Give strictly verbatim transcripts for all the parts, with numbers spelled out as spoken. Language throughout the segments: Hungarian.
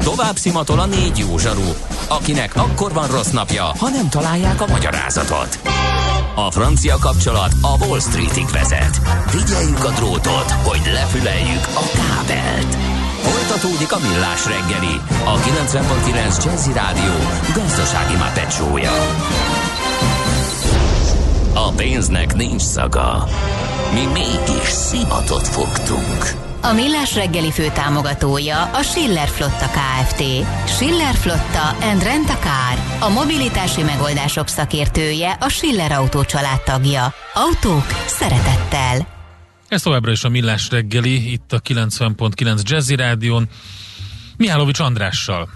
Tovább szimatol a négy jó zsaru, akinek akkor van rossz napja, ha nem találják a magyarázatot. A francia kapcsolat a Wall Streetig vezet. Figyeljük a drótot, hogy lefüleljük a kábelt. Folytatódik a Millás reggeli, a kilencven pont kilenc Jazzy Rádió gazdasági mápecsója. A pénznek nincs szaga. Mi mégis szimatot fogtunk. A Millás reggeli főtámogatója a Schiller Flotta Kft. Schiller Flotta and Rent a Car. A mobilitási megoldások szakértője, a Schiller Autó család tagja. Autók szeretettel. Ez továbbra is a Millás reggeli, itt a kilencven pont kilenc Jazzy Rádión, Mihálovics Andrással.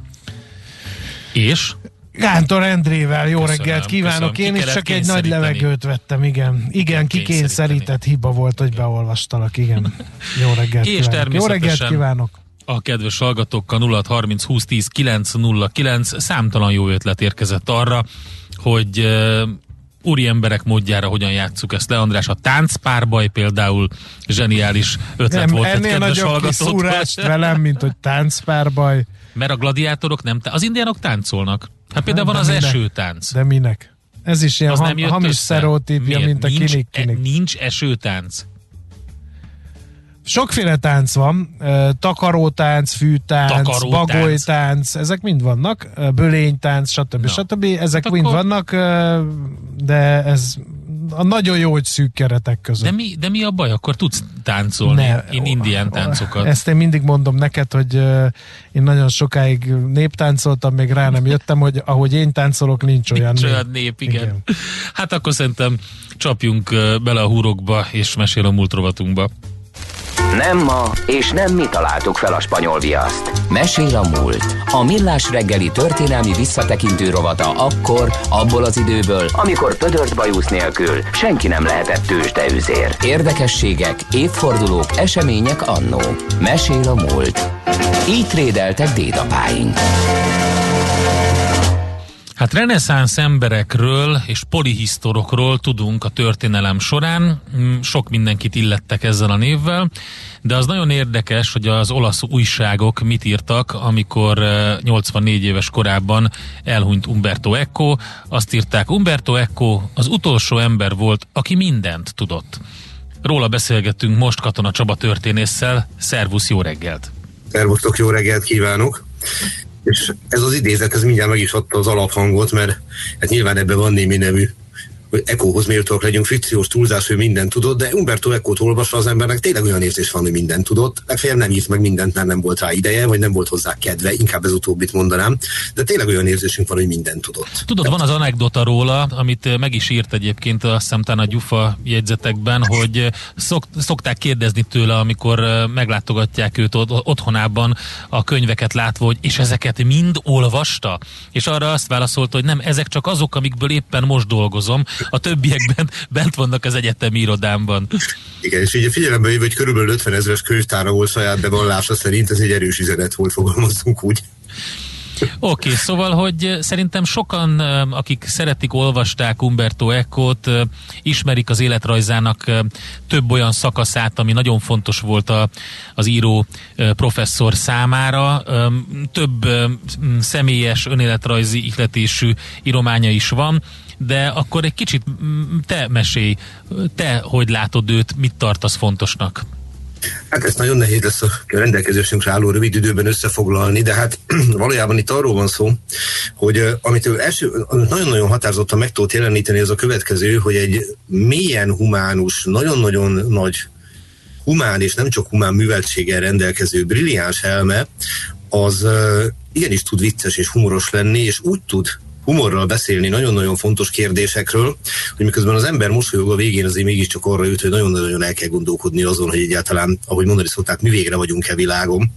És? Kántor Endrével, jó köszönöm, reggelt kívánok. köszönöm. Én is csak egy nagy levegőt vettem, igen. Igen, kikényszerített hiba volt, hogy beolvastalak, igen. Jó reggelt és kívánok. Jó reggelt kívánok. A kedves hallgatókkal nulla harminc húsz tíz kilenc nulla kilenc számtalan jó ötlet érkezett arra, hogy uh, úri emberek módjára hogyan játsszuk ezt le. András, a táncpárbaj például zseniális ötlet nem, volt egy kedves hallgatótól. Ennél nagyobb kiszúrást velem, mint hogy táncpárbaj. Mert a gladiátorok nem, az indiánok táncolnak. Hát például van az minek? Esőtánc. De minek? Ez is ilyen ham, hamis sztereotípia, mint a kinik-kinik. Nincs esőtánc. Sokféle tánc van, takarótánc, fűtánc, Takarótánc. bagolytánc, ezek mind vannak, bölénytánc, stb. No. stb. Ezek hát mind akkor... vannak, de ez a nagyon jó, hogy szűk keretek között. De mi, de mi a baj? Akkor tudsz táncolni, ne, én indián táncokat. Ezt én mindig mondom neked, hogy én nagyon sokáig néptáncoltam, még rá nem jöttem, hogy ahogy én táncolok, nincs olyan nincs nép. olyan nép, igen. igen. Hát akkor szerintem csapjunk bele a húrokba, és mesél a múlt rovatunkba. Nem ma, és nem mi találtuk fel a spanyol viaszt. Mesél a múlt. A Millás reggeli történelmi visszatekintő rovata akkor, abból az időből, amikor pödört bajusz nélkül senki nem lehetett tőzsdeüzér. Érdekességek, évfordulók, események annó. Mesél a múlt. Így trédeltek dédapáink. Hát reneszánsz emberekről és polihisztorokról tudunk a történelem során, sok mindenkit illettek ezzel a névvel, de az nagyon érdekes, hogy az olasz újságok mit írtak, amikor nyolcvannégy éves korában elhunyt Umberto Eco. Azt írták, Umberto Eco az utolsó ember volt, aki mindent tudott. Róla beszélgettünk most Katona Csaba történésszel. Szervusz, jó reggelt! Szervusztok, jó reggelt kívánok! És ez az idézet, ez mindjárt meg is adta az alaphangot, mert hát nyilván ebben van némi nemű, hogy Ecohoz méltóak legyünk, fikciós túlzás, hogy mindent tudott, de Umberto Ecót olvasva az embernek tényleg olyan érzés van, hogy mindent tudott. Legfeljebb nem írt meg mindent, mert nem volt rá ideje, vagy nem volt hozzá kedve, inkább ez utóbbit mondanám, de tényleg olyan érzésünk van, hogy mindent tudott. Tudod, van az anekdota róla, amit meg is írt egyébként, azt hiszem talán a Gyufa jegyzetekben, hogy szok, szokták kérdezni tőle, amikor meglátogatják őt otthonában a könyveket látva, hogy és ezeket mind olvasta? És arra azt válaszolta, hogy nem, ezek csak azok, amikből éppen most dolgozom, a többiekben bent vannak az egyetemi irodámban. Igen, és így figyelembe jövő, hogy körülbelül ötven ezres könyvtára volt saját bevallása szerint, ez egy erős üzenet volt, fogalmazzunk úgy. Oké, okay, szóval, hogy szerintem sokan, akik szeretik, olvasták Umberto Ecót, ismerik az életrajzának több olyan szakaszát, ami nagyon fontos volt a, az író professzor számára. Több személyes, önéletrajzi ihletésű írománya is van, de akkor egy kicsit te mesélj, te hogy látod őt, mit tartasz fontosnak? Hát ez nagyon nehéz lesz a rendelkezésünkre álló rövid időben összefoglalni, de hát valójában itt arról van szó, hogy amit ő első, nagyon-nagyon határozottan meg tudott jeleníteni, az a következő, hogy egy mélyen humánus, nagyon-nagyon nagy humán és nem csak humán műveltséggel rendelkező brilliáns elme, az igenis tud vicces és humoros lenni, és úgy tud humorral beszélni nagyon-nagyon fontos kérdésekről, hogy miközben az ember mosolyog a végén, azért mégiscsak arra jut, hogy nagyon-nagyon el kell gondolkodni azon, hogy egyáltalán, ahogy mondani szokták, mi végre vagyunk-e világon,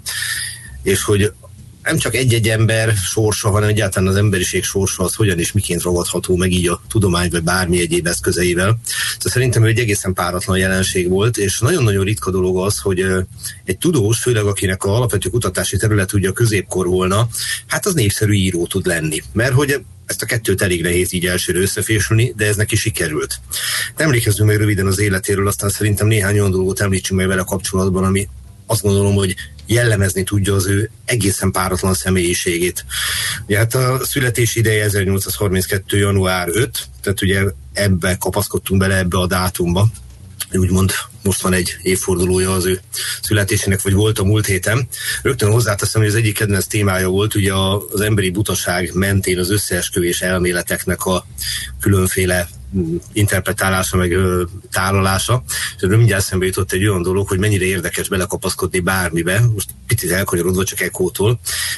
és hogy nem csak egy-egy ember sorsa, hanem egyáltalán az emberiség sorsa az hogyan és miként ragadható meg így a tudomány vagy bármi egyéb eszközeivel. Szóval szerintem ő egy egészen páratlan jelenség volt, és nagyon-nagyon ritka dolog az, hogy egy tudós, főleg akinek a alapvető kutatási terület ugye a középkor volna, hát az népszerű író tud lenni. Mert hogy ezt a kettőt elég nehéz így elsőre összefésülni, de ez neki sikerült. Emlékezzünk meg röviden az életéről, aztán szerintem néhány olyan dolgot említsünk meg vele kapcsolatban, ami azt gondolom, hogy jellemezni tudja az ő egészen páratlan személyiségét. Ugye hát a születési ideje ezernyolcszázharminckettő. január ötödike, tehát ugye ebbe kapaszkodtunk bele ebbe a dátumba. Úgymond most van egy évfordulója az ő születésének, vagy volt a múlt héten. Rögtön hozzáteszem, hogy az egyik kedvenc témája volt ugye az emberi butaság mentén az összeesküvés elméleteknek a különféle interpretálása, meg tálalása. És erről mindjárt szembe jutott egy olyan dolog, hogy mennyire érdekes belekapaszkodni bármibe. Most picit elkanyarodva csak Ekótól.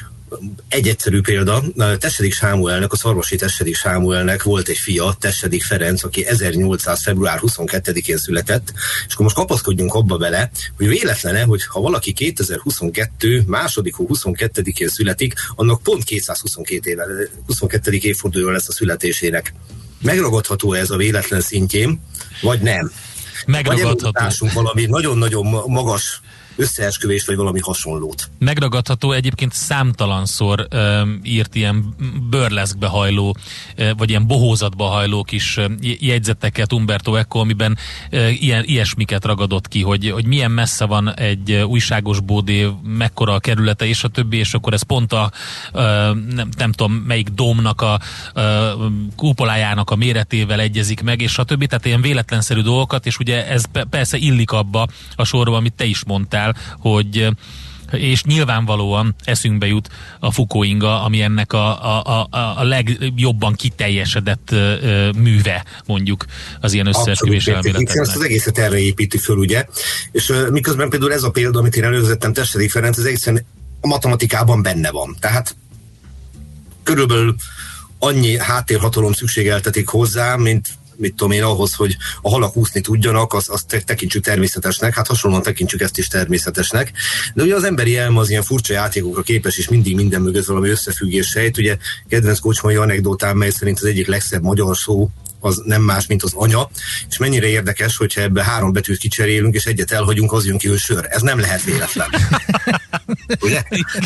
Egy egyszerű példa, Tessedik Sámuelnek, a szarvasi Tessedik Sámuelnek volt egy fia, Tessedik Ferenc, aki ezernyolcszáz. február huszonkettedikén született, és akkor most kapaszkodjunk abba bele, hogy véletlene, hogy ha valaki kétezer-huszonkettő. második hó huszonkettedikén születik, annak pont kétszázhuszonkettő éve, huszonkettő évfordulója lesz a születésének. Megragadható ez a véletlen szintjén, vagy nem? Megragadható. Vagy valami nagyon-nagyon magas összeesküvés, vagy valami hasonlót. Megragadható, egyébként számtalanszor um, írt ilyen burleszkbe hajló, uh, vagy ilyen bohózatba hajló kis uh, jegyzeteket Umberto Eco, amiben uh, ilyen, ilyesmiket ragadott ki, hogy, hogy milyen messze van egy uh, újságos bódé, mekkora a kerülete, és a többi, és akkor ez pont a uh, nem, nem tudom, melyik dómnak a uh, kúpolájának a méretével egyezik meg, és a többi, tehát ilyen véletlenszerű dolgokat, és ugye ez persze illik abba a sorba, amit te is mondtál, hogy és nyilvánvalóan eszünkbe jut a Foucault-inga, ami ennek a, a, a, a legjobban kiteljesedett uh, műve, mondjuk az ilyen összeesküvés elméleteknek. Ezt az egészet erre építi föl, ugye? És uh, miközben például ez a példa, amit én elővezettem, Tessedik Ferenc, ez egészen a matematikában benne van. Tehát körülbelül annyi háttérhatalom szükségeltetik hozzá, mint mit tudom én, ahhoz, hogy a halak úszni tudjanak, azt, azt tekintsük természetesnek, hát hasonlóan tekintsük ezt is természetesnek. De ugye az emberi elme az ilyen furcsa játékokra képes, és mindig minden mögött valami összefüggés sejt. Ugye kedvenc kocsmai anekdotám, mely szerint az egyik legszebb magyar szó az nem más, mint az anya, és mennyire érdekes, hogyha ebbe három betűt kicserélünk, és egyet elhagyunk, az jön ki, hogy sör. Ez nem lehet véletlen. Ugye?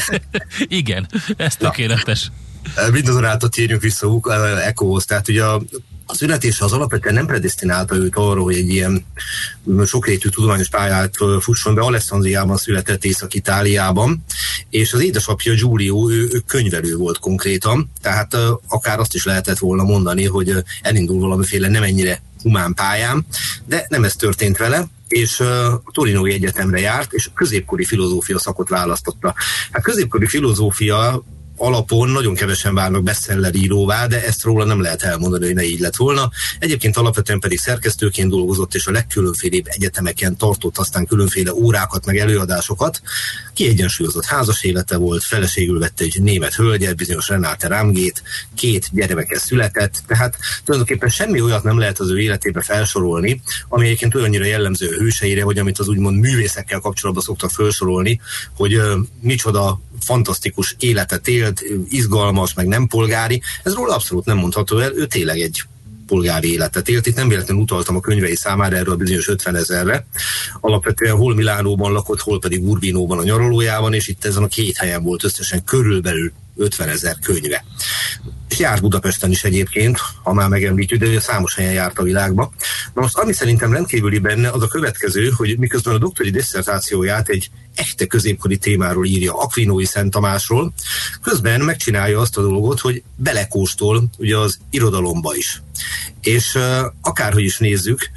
Igen, ez tökéletes. Mindazonáltal térjünk vissza Ecohoz, tehát ugye a A születése az alapvetően nem predesztinálta őt arra, hogy egy ilyen sokrétű tudományos pályát fusson be. Alessandriában született, Észak-Itáliában, és az édesapja Giulio, ő, ő könyvelő volt konkrétan, tehát akár azt is lehetett volna mondani, hogy elindul valamiféle nem ennyire humán pályán, de nem ez történt vele, és a Torinói Egyetemre járt, és középkori filozófia szakot választotta. Hát középkori filozófia alapon nagyon kevesen válnak bestseller íróvá, de ezt róla nem lehet elmondani, hogy ne így lett volna. Egyébként alapvetően pedig szerkesztőként dolgozott, és a legkülönfélébb egyetemeken tartott aztán különféle órákat, meg előadásokat. Kiegyensúlyozott házas élete volt, feleségül vette egy német hölgyet, bizonyos Renate Ramgét, két gyermeke született, tehát tulajdonképpen semmi olyat nem lehet az ő életébe felsorolni, ami egyébként olyannyira jellemző a hőseire, hogy amit az úgymond művészekkel kapcsolatban szoktak felsorolni, hogy uh, micsoda fantasztikus életet élt, izgalmas, meg nem polgári, ez róla abszolút nem mondható el, ő tényleg egy polgári életet élt. Itt nem véletlenül utaltam a könyvei számára erről a bizonyos ötvenezerre. Alapvetően hol Milánóban lakott, hol pedig Urbinóban a nyaralójában, és itt ezen a két helyen volt összesen körülbelül ötvenezer könyve. És járt Budapesten is egyébként, ha már megemlítjük, de számos helyen járt a világba. Na most, ami szerintem rendkívüli benne, az a következő, hogy miközben a doktori disszertációját egy echte középkori témáról írja, Aquinói Szent Tamásról, közben megcsinálja azt a dolgot, hogy belekóstol ugye az irodalomba is. És uh, akárhogy is nézzük,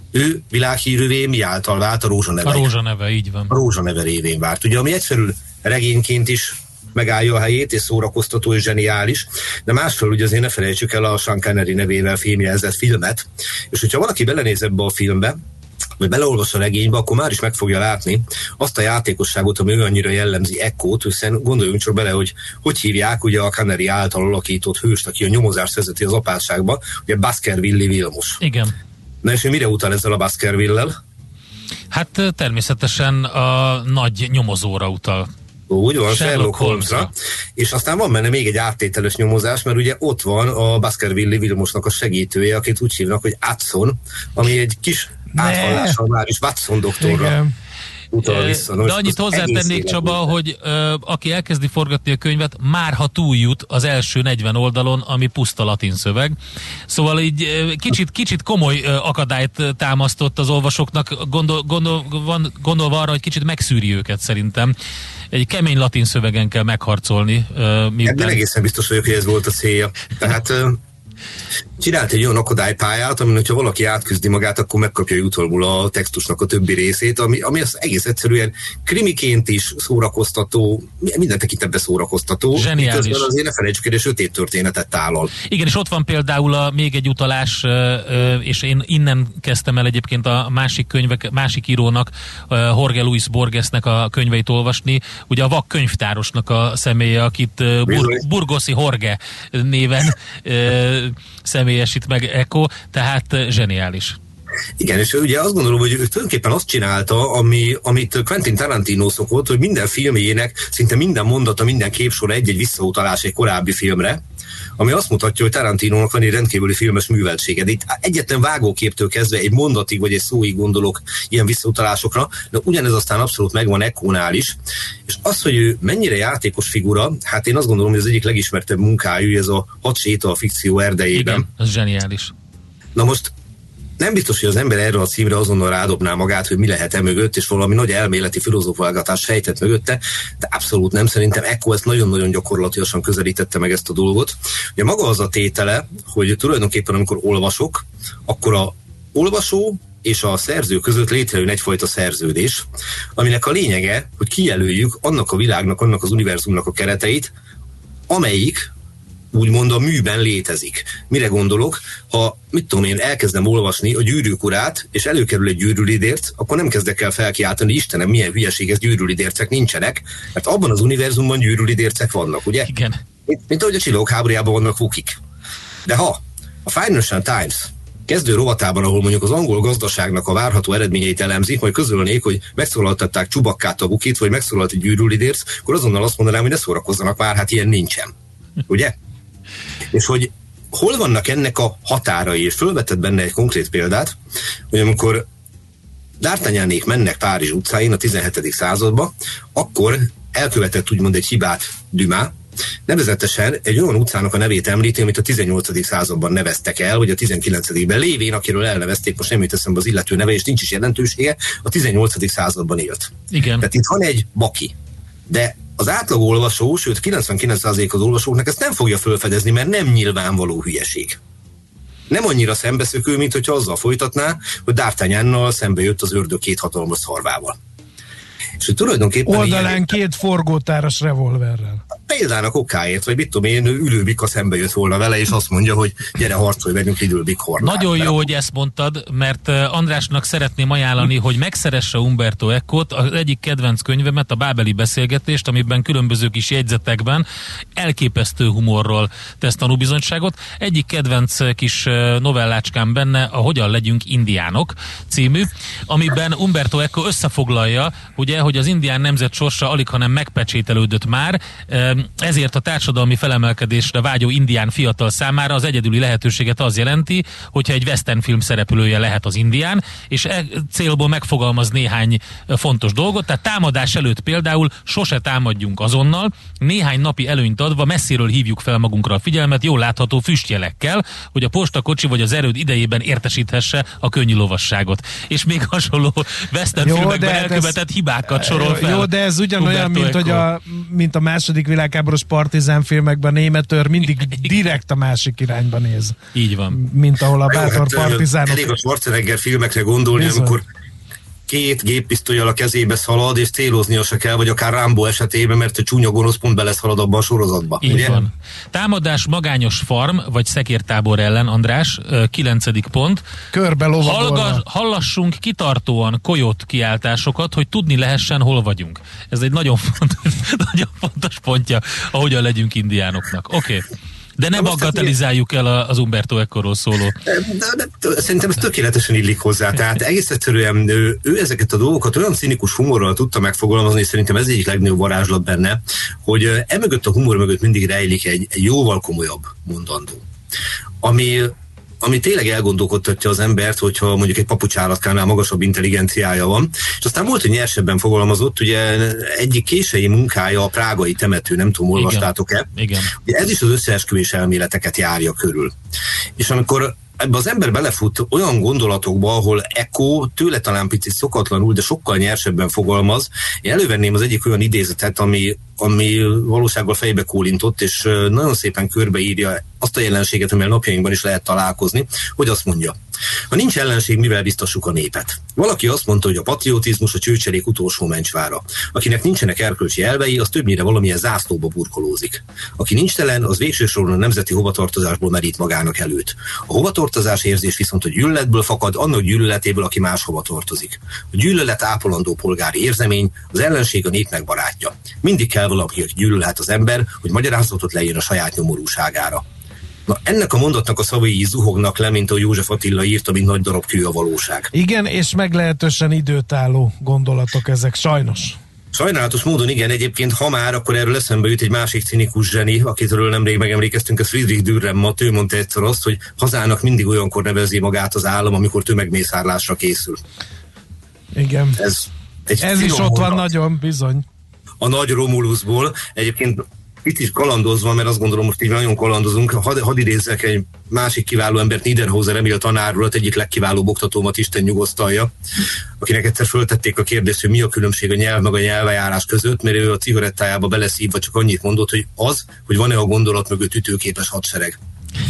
ő világhírűvé mi által vált? A Rózsa neve. A Rózsa neve, így van. A Rózsa neve révén vált. Ugye, ami egyszerű regényként is megállja a helyét, és szórakoztató, és zseniális, de másfelől ugye azért ne felejtsük el a Sean Connery nevével filmjelzett filmet, és hogyha valaki belenéz ebbe a filmbe, vagy beleolvas a regénybe, akkor már is meg fogja látni azt a játékosságot, ami olyannyira jellemzi Ecót, hiszen gondoljunk csak bele, hogy hogy hívják ugye a Connery által alakított hőst, aki a nyomozást vezeti az apátságba, ugye Baskerville Vilmos. Igen. Na és ő mire utal ezzel a Baskerville-lel? Hát természetesen a nagy nyomozóra utal. Úgy van, Sherlock Holmesra. És aztán van benne még egy áttételes nyomozás, mert ugye ott van a Baskerville Vilmosnak a segítője, akit úgy hívnak, hogy Watson, ami egy kis áthallással már is Watson doktorra. Igen. utal vissza. No, de annyit hozzátennék, Csaba, hogy ö, aki elkezdi forgatni a könyvet, már ha túljut az első negyven oldalon, ami puszta latin szöveg. Szóval így ö, kicsit, kicsit komoly ö, akadályt támasztott az olvasóknak, gondol, gondol, van, gondolva arra, hogy kicsit megszűri őket szerintem. Egy kemény latin szövegen kell megharcolni. Ö, miután... Nem egészen biztos vagyok, hogy ez volt a célja. Tehát... Ö, csinált egy olyan akadálypályát, amin, hogyha valaki átküzdi magát, akkor megkapja jutolból a textusnak a többi részét, ami, ami az egész egyszerűen krimiként is szórakoztató, minden tekintetben szórakoztató. Zseniális. Miközben azért ne felejtsük el, és sötét történetet tálal. Igen, és ott van például a, még egy utalás, és én innen kezdtem el egyébként a másik könyvek, másik írónak, Jorge Luis Borgesnek a könyveit olvasni, ugye a vak könyvtárosnak a személye, akit Bur- Burgosi Jorge néven személyesít meg Eco, tehát zseniális. Igen, és ugye azt gondolom, hogy ő tulajdonképpen azt csinálta, ami, amit Quentin Tarantino szokott, hogy minden filmjének szinte minden mondata, minden képsor egy-egy visszautalás egy korábbi filmre, ami azt mutatja, hogy Tarantinónak van egy rendkívüli filmes műveltsége. De itt egyetlen vágóképtől kezdve egy mondatig vagy egy szóig gondolok ilyen visszautalásokra, de ugyanez aztán abszolút megvan Econál is. És az, hogy ő mennyire játékos figura, hát én azt gondolom, hogy az egyik legismertebb munkájú, ez a Hat séta a fikció erdejében. Igen, ez zseniális. Na most nem biztos, hogy az ember erre a címre azonnal rádobná magát, hogy mi lehet e mögött, és valami nagy elméleti filozófálgatás sejtett mögötte, de abszolút nem. Szerintem Eco ezt nagyon-nagyon gyakorlatilag közelítette meg ezt a dolgot. Ugye maga az a tétele, hogy tulajdonképpen amikor olvasok, akkor a olvasó és a szerző között létrejön egyfajta szerződés, aminek a lényege, hogy kijelöljük annak a világnak, annak az univerzumnak a kereteit, amelyik úgymond a műben létezik. Mire gondolok? Ha, mit tudom én, elkezdem olvasni a Gyűrűk urát, és előkerül egy gyűrűlidérc, akkor nem kezdek el felkiáltani, Istenem, milyen hülyeség, ez gyűrűlidércek nincsenek, mert abban az univerzumban gyűrűlidércek vannak, ugye? Igen. Mint, mint ahogy a Csillagok háborújában vannak Wookieek. De ha a Financial Times kezdő rovatában, ahol mondjuk az angol gazdaságnak a várható eredményeit elemzik, majd közölnék, hogy megszólaltatták Csubakkát a Wookieet, vagy megszólalt egy gyűrűlidérc, akkor azonnal azt mondanám, hogy ne szórakozzanak már, hát ilyen nincsen. Ugye? És hogy hol vannak ennek a határai, és fölvetett benne egy konkrét példát, hogy amikor D'Artagnanék mennek Párizs utcáin a tizenhetedik századba, akkor elkövetett úgymond egy hibát Dumas, nevezetesen egy olyan utcának a nevét említi, amit a tizennyolcadik században neveztek el, vagy a tizenkilencedikben lévén, akiről elnevezték, most nem jut eszembe az illető neve, és nincs is jelentősége, a tizennyolcadik században élt. Igen. Tehát itt van egy baki, de az átlag olvasó, sőt kilencvenkilenc százalék az olvasóknak ezt nem fogja felfedezni, mert nem nyilvánvaló hülyeség. Nem annyira szembeszökő, mint hogyha azzal folytatná, hogy D'Artagnannal szembe jött az ördög két hatalmas szarvával. És hogy tulajdonképpen oldalán ilyen, két forgótáras revolverrel. Példának okáért, vagy mit tudom én, Ülőbika szembe jött volna vele, és azt mondja, hogy gyere harcolj velünk Ülőbik Hornát. Nagyon jó, hogy ezt mondtad, mert Andrásnak szeretném ajánlani, hogy megszeresse Umberto Ecót, az egyik kedvenc könyvemet, a Bábeli beszélgetést, amiben különböző kis jegyzetekben elképesztő humorról tesz tanúbizonyságot. Egyik kedvenc kis novellácskám benne a Hogyan legyünk indiánok című, amiben Umberto Eco összefoglalja, ugye, hogy az indián nemzet sorsa alig, hanem megpecsételődött már, ezért a társadalmi felemelkedésre vágyó indián fiatal számára az egyedüli lehetőséget az jelenti, hogyha egy western film szereplője lehet az indián, és e célból megfogalmaz néhány fontos dolgot, tehát támadás előtt például sose támadjunk azonnal, néhány napi előnyt adva messziről hívjuk fel magunkra a figyelmet jól látható füstjelekkel, hogy a postakocsi vagy az erőd idejében értesíthesse a könnyű lovasságot. És még hasonló western jó, filmekben elkövetett ez, hibákat sorol fel. Jó, de ez ugyanolyan, mint, hogy a, mint a második világháborús partizán filmekben németőr mindig direkt a másik irányba néz. Így van. Mint ahol a bátor hát, partizánok... Elég a Schwarzenegger filmekre gondolni, bizony, amikor két géppisztollyal a kezébe szalad, és céloznia se kell, vagy akár Rambo esetében, mert a csúnya gonosz pont beleszalad abban a sorozatba. Így ugye? van. Támadás magányos farm, vagy szekértábor ellen, András, kilencedik pont. Körbe lovagolva. Hallassunk kitartóan Coyote kiáltásokat, hogy tudni lehessen, hol vagyunk. Ez egy nagyon fontos, nagyon fontos pontja, ahogyan legyünk indiánoknak. Oké. Okay. De ne bagatelizáljuk el az Umberto Ecoról szóló. De, de, de, szerintem ez tökéletesen illik hozzá. Tehát egész egyszerűen ő, ő ezeket a dolgokat olyan cinikus humorral tudta megfogalmazni, és szerintem ez egyik legnagyobb varázslat benne, hogy emögött a humor mögött mindig rejlik egy, egy jóval komolyabb mondandó. Ami ami tényleg elgondolkodtatja az embert, hogyha mondjuk egy papucsállatkánál magasabb intelligenciája van. És aztán volt, hogy nyersebben fogalmazott, ugye egyik késői munkája a prágai temető, nem tudom, olvastátok-e? Igen. Ugye ez is az összeesküvés elméleteket járja körül. És amikor ebbe az ember belefut olyan gondolatokba, ahol Eco tőle talán picit szokatlanul, de sokkal nyersebben fogalmaz. Én elővenném az egyik olyan idézetet, ami, ami valósággal fejbe kólintott, és nagyon szépen körbeírja azt a jelenséget, amivel napjainkban is lehet találkozni, hogy azt mondja: ha nincs ellenség, mivel biztassuk a népet? Valaki azt mondta, hogy a patriotizmus a csőcserék utolsó mencsvára. Akinek nincsenek erkölcsi elvei, az többnyire valamilyen zászlóba burkolózik. Aki nincs telen, az végső soron a nemzeti hovatartozásból merít magának előtt. A hovatartozás érzés viszont a gyűlöletből fakad, annak gyűlöletéből, aki máshova tartozik. A gyűlölet ápolandó polgári érzemény, az ellenség a népnek barátja. Mindig kell valaki, aki gyűlölhet az ember, hogy magyarázatot lejön a saját nyomorúságára. Na, ennek a mondatnak a szavai zuhognak le, mint a József Attila írta, mint nagy darab kő a valóság. Igen, és meglehetősen időtálló gondolatok ezek, sajnos. Sajnálatos módon igen, egyébként ha már, akkor erről eszembe jut egy másik cinikus zseni, akitől nemrég megemlékeztünk, ez Friedrich Dürrenmatt, ő mondta egyszer azt, hogy hazának mindig olyankor nevezi magát az állam, amikor tömegmészárlásra készül. Igen. Ez, egy ez is ott van nagyon, bizony. A nagy Romulusból, egyébként itt is kalandozva, mert azt gondolom, most így nagyon kalandozunk, hadd had idézzek egy másik kiváló embert, Niederhauser Emil tanárról, egy egyik legkiválóbb oktatómat, Isten nyugosztalja, akinek egyszer föltették a kérdést, hogy mi a különbség a nyelv meg a nyelvejárás között, mert ő a cigarettájába beleszívva csak annyit mondott, hogy az, hogy van-e a gondolat mögött ütőképes hadsereg.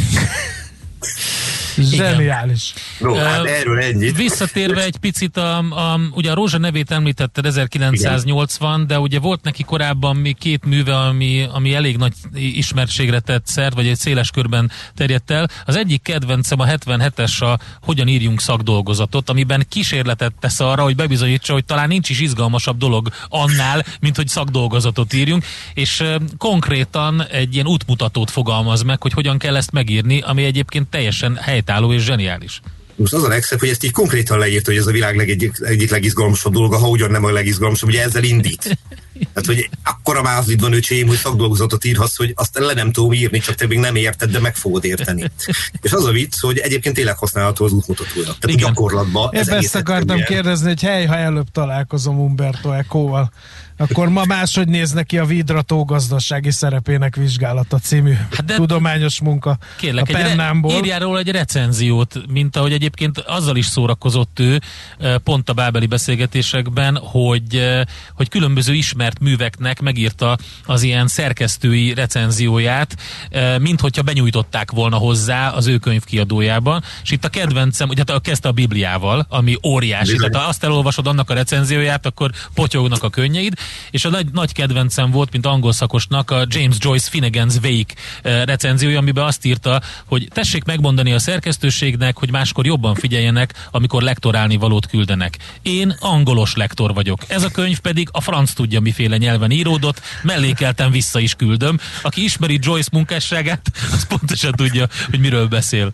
Zseniális. No, hát erről ennyit. Visszatérve egy picit, a, a, ugye a Rózsa nevét említetted, ezerkilencszáznyolcvan, igen. De ugye volt neki korábban még két műve, ami, ami elég nagy ismertségre tett szert, vagy egy széles körben terjedt el. Az egyik kedvencem a hetvenhetes a Hogyan írjunk szakdolgozatot, amiben kísérletet tesz arra, hogy bebizonyítsa, hogy talán nincs is izgalmasabb dolog annál, mint hogy szakdolgozatot írjunk, és uh, konkrétan egy ilyen útmutatót fogalmaz meg, hogy hogyan kell ezt megírni, ami egyébként teljesen helytálló és zseniális. Most az a legszebb, hogy ezt így konkrétan leírt, hogy ez a világ egyik, egyik legizgalmasabb dolga, ha ugyan nem a legizgalmasabb, ugye ezzel indít. Tehát, hogy akkora mázlid van, öcsém, hogy szakdolgozatot írhatsz, hogy azt le nem tudom írni, csak te még nem érted, de meg fogod érteni. És az a vicc, hogy egyébként tényleg használható az útmutatója. Tehát igen. Gyakorlatban. Ezt, ezt akartam milyen... kérdezni, hogy hely, ha előbb találkozom Umberto Ecoval, akkor ma máshogy néz neki a Vidrató gazdasági szerepének vizsgálata című hát tudományos munka kérlek, a pennámból. Írjál róla egy recenziót, mint ahogy egyébként azzal is szórakozott ő pont a bábeli beszélgetésekben, hogy, hogy különböző ismert műveknek megírta az ilyen szerkesztői recenzióját, mint hogyha benyújtották volna hozzá az ő könyvkiadójában. És itt a kedvencem, ugye hát kezdte a Bibliával, ami óriási. Bizony. Tehát ha azt elolvasod annak a recenzióját, akkor potyognak a könnyeid. És a nagy, nagy kedvencem volt, mint angol szakosnak, a James Joyce Finnegan's Wake recenziója, amiben azt írta, hogy tessék megmondani a szerkesztőségnek, hogy máskor jobban figyeljenek, amikor lektorálni valót küldenek. Én angolos lektor vagyok. Ez a könyv pedig a franc tudja miféle nyelven íródott, mellékelten vissza is küldöm. Aki ismeri Joyce munkásságát, az pontosan tudja, hogy miről beszél.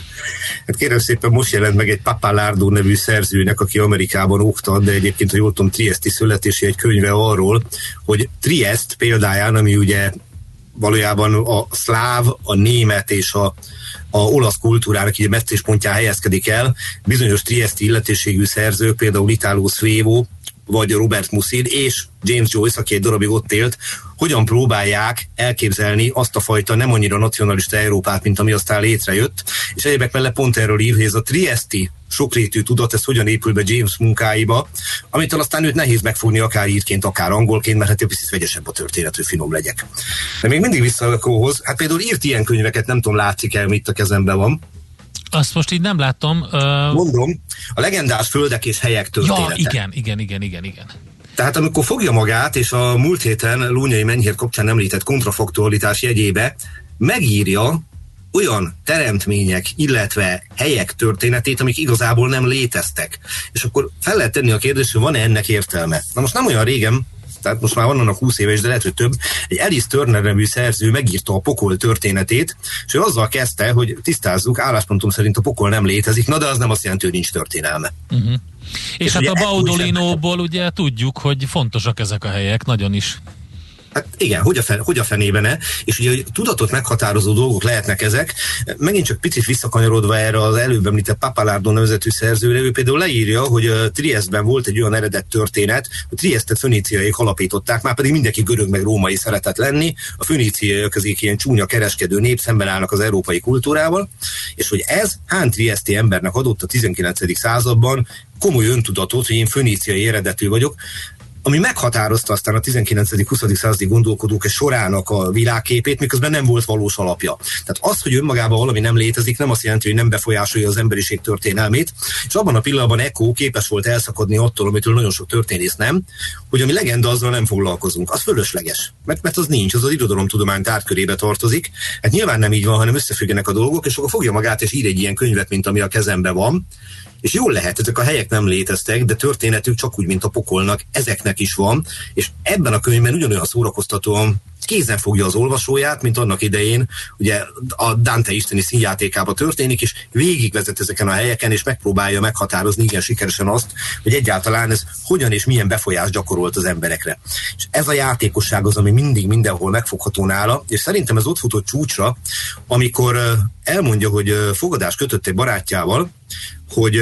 Hát kérem szépen, most jelent meg egy Pappalardo nevű szerzőnek, aki Amerikában oktat, de egyébként, hogy jól tudom, trieszti születési egy könyve arról, hogy Triest példáján, ami ugye valójában a szláv, a német és a, a olasz kultúrának így a meccéspontján helyezkedik el, bizonyos trieszti illetőségű szerzők, például Italo Svevo, vagy Robert Musil és James Joyce, aki egy darabig ott élt, hogyan próbálják elképzelni azt a fajta nem annyira nacionalista Európát, mint ami aztán létrejött, és egyébek mellett pont erről ír, hogy ez a trieszti sokrétű tudat, ez hogyan épül be James munkáiba, amitől aztán őt nehéz megfogni akár írként, akár angolként, mert hát picit vegyesebb a történet, hogy finom legyek. De még mindig vissza a Ecohoz, hát például írt ilyen könyveket, nem tudom, látszik el, mit a kezemben van. Azt most így nem látom. Uh... Mondom, a legendás földek és helyek története. Ja, igen, igen, igen, igen, igen. Tehát amikor fogja magát, és a múlt héten Lónyai Menyhért kapcsán említett kontrafaktualitás jegyébe megírja olyan teremtmények, illetve helyek történetét, amik igazából nem léteztek. És akkor fel lehet tenni a kérdést, hogy van-e ennek értelme. Na most nem olyan régen, tehát most már van annak húsz éve is, de lehet, hogy több, egy Alice Turner nevű szerző megírta a pokol történetét, és ő azzal kezdte, hogy tisztázzuk, álláspontom szerint a pokol nem létezik, na de az nem azt jelenti, hogy nincs történelme. Uh-huh. És, és hát a Baudolinóból ugye tudjuk, hogy fontosak ezek a helyek, nagyon is. Hát igen, hogy a, fen, hogy a fenében-e, és ugye hogy tudatot meghatározó dolgok lehetnek ezek. Megint csak picit visszakanyarodva erre az előbb említett Pappalardo nevezetű szerzőre, ő például leírja, hogy uh, Triestben volt egy olyan eredet történet, hogy Triestet föníciaiak alapították, már pedig mindenki görög meg római szeretett lenni, a föníciaiak azok ilyen csúnya kereskedő nép, szemben állnak az európai kultúrával, és hogy ez Hán trieszti embernek adott a tizenkilencedik században komoly öntudatot, hogy én föníciai eredetű vagyok, ami meghatározta aztán a tizenkilencedik-huszadik századi gondolkodók sorának a világképét, miközben nem volt valós alapja. Tehát az, hogy önmagában valami nem létezik, nem azt jelenti, hogy nem befolyásolja az emberiség történelmét, és abban a pillanatban Eco képes volt elszakadni attól, amitől nagyon sok történész nem, hogy ami legenda, azzal nem foglalkozunk. Az fölösleges, mert, mert az nincs, az az irodalomtudomány tárgykörébe tartozik. Hát nyilván nem így van, hanem összefüggenek a dolgok, és akkor fogja magát és ír egy ilyen könyvet, mint ami a kezemben van. És jól lehet, ezek a helyek nem léteztek, de történetük csak úgy, mint a pokolnak, ezeknek is van, és ebben a könyvben ugyanolyan szórakoztatóan kézen fogja az olvasóját, mint annak idején, ugye a Dante isteni színjátékában történik, és végigvezet ezeken a helyeken, és megpróbálja meghatározni igen sikeresen azt, hogy egyáltalán ez hogyan és milyen befolyást gyakorolt az emberekre. És ez a játékosság az, ami mindig mindenhol megfogható nála, és szerintem ez ott futott csúcsra, amikor elmondja, hogy fogadást kötött egy barátjával, hogy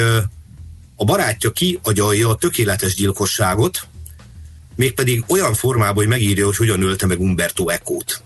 a barátja kiagyalja a tökéletes gyilkosságot, mégpedig olyan formában, hogy megírja, hogy hogyan ölte meg Umberto Ecót.